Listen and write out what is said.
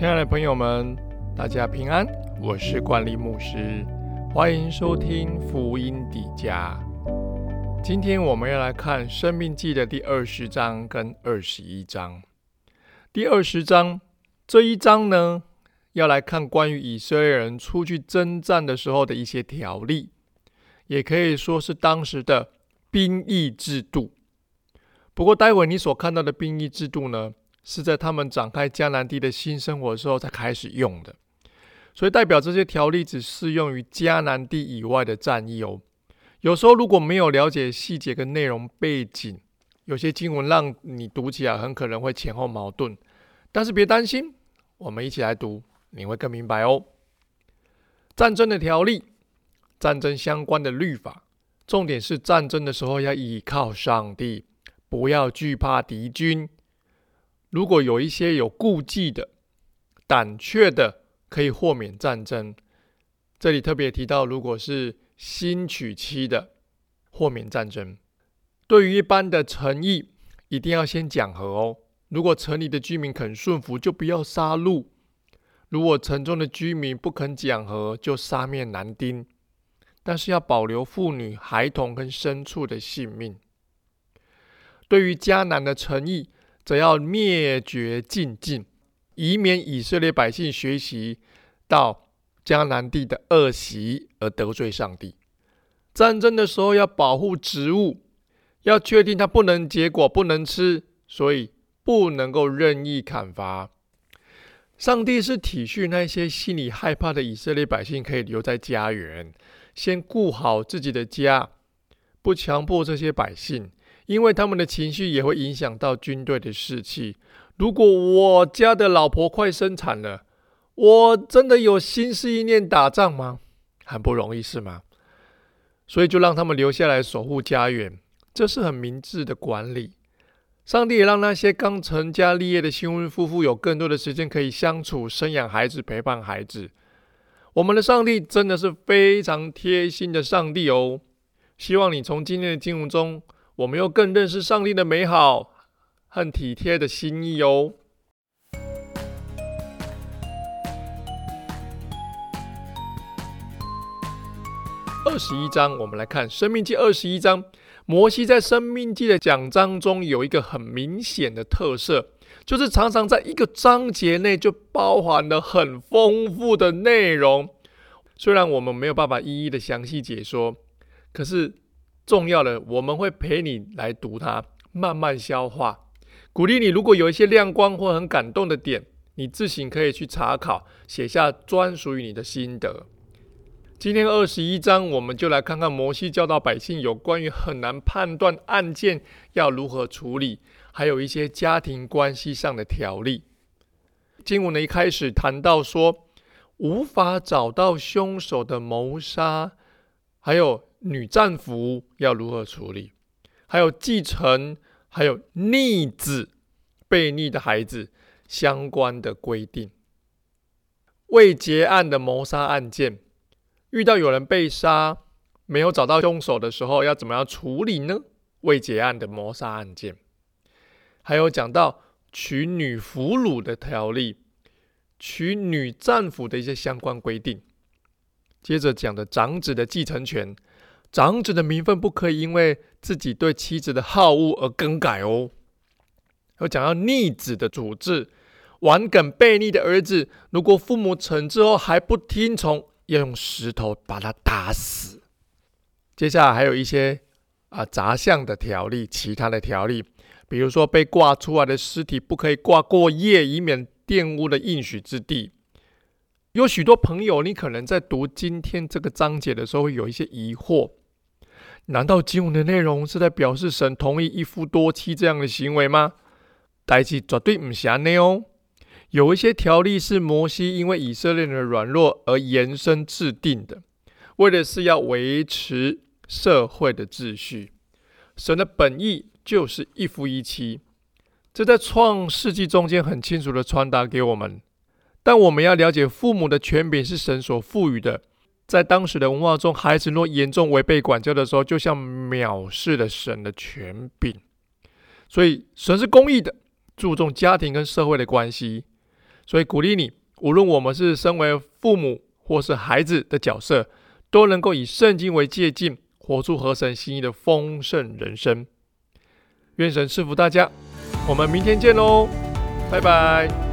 亲爱的朋友们，大家平安，我是冠利牧师，欢迎收听福音底家。今天我们要来看申命记的第20章跟21章。第20章这一章呢，要来看关于以色列人出去征战的时候的一些条例，也可以说是当时的兵役制度。不过待会你所看到的兵役制度呢，是在他们展开迦南地的新生活的时候才开始用的，所以代表这些条例只适用于迦南地以外的战役哦。有时候如果没有了解细节跟内容背景，有些经文让你读起来很可能会前后矛盾，但是别担心，我们一起来读，你会更明白哦。战争的条例，战争相关的律法，重点是战争的时候要依靠上帝，不要惧怕敌军。如果有一些有顾忌的、胆怯的，可以豁免战争。这里特别提到，如果是新娶妻的，豁免战争。对于一般的城邑，一定要先讲和哦。如果城里的居民肯顺服，就不要杀戮；如果城中的居民不肯讲和，就杀灭男丁。但是要保留妇女、孩童跟牲畜的性命。对于迦南的城邑，则要灭绝尽尽，以免以色列百姓学习到迦南地的恶习而得罪上帝。战争的时候要保护植物，要确定它不能结果、不能吃，所以不能够任意砍伐。上帝是体恤那些心里害怕的以色列百姓可以留在家园，先顾好自己的家，不强迫这些百姓，因为他们的情绪也会影响到军队的士气。如果我家的老婆快生产了，我真的有心思意念打仗吗？很不容易是吗？所以就让他们留下来守护家园，这是很明智的管理。上帝也让那些刚成家立业的新婚夫妇有更多的时间可以相处、生养孩子、陪伴孩子。我们的上帝真的是非常贴心的上帝哦。希望你从今天的经文中，我们又更认识上帝的美好和体贴的心意哦。21章，我们来看申命记21章。摩西在申命记的讲章中有一个很明显的特色，就是常常在一个章节内就包含了很丰富的内容。虽然我们没有办法一一的详细解说，可是重要的，我们会陪你来读它，慢慢消化。鼓励你，如果有一些亮光或很感动的点，你自行可以去查考，写下专属于你的心得。今天21章，我们就来看看摩西教导百姓有关于很难判断案件要如何处理，还有一些家庭关系上的条例。经文的一开始谈到说，无法找到凶手的谋杀，还有女战俘要如何处理，还有继承，还有逆子、被逆的孩子相关的规定。未结案的谋杀案件，遇到有人被杀，没有找到凶手的时候，要怎么样处理呢？未结案的谋杀案件。还有讲到娶女俘虏的条例，娶女战俘的一些相关规定。接着讲的长子的继承权，长子的名分不可以因为自己对妻子的好恶而更改哦。有讲到逆子的处置，顽梗悖逆的儿子，如果父母惩治后还不听从，要用石头把他打死。接下来还有一些杂项的条例，其他的条例，比如说被挂出来的尸体不可以挂过夜，以免玷污了应许之地。有许多朋友，你可能在读今天这个章节的时候会有一些疑惑，难道经文的内容是在表示神同意一夫多妻这样的行为吗？代志绝对不是这样哦。有一些条例是摩西因为以色列人的软弱而延伸制定的，为的是要维持社会的秩序。神的本意就是一夫一妻，这在创世纪中间很清楚的传达给我们。但我们要了解，父母的权柄是神所赋予的。在当时的文化中，孩子若严重违背管教的时候，就像藐视了神的权柄。所以神是公义的，注重家庭跟社会的关系。 所以鼓励你，无论我们是身为父母或是孩子的角色，都能够以圣经为借镜，活出合神心意的丰盛人生。愿神赐福大家，我们明天见喽，拜拜。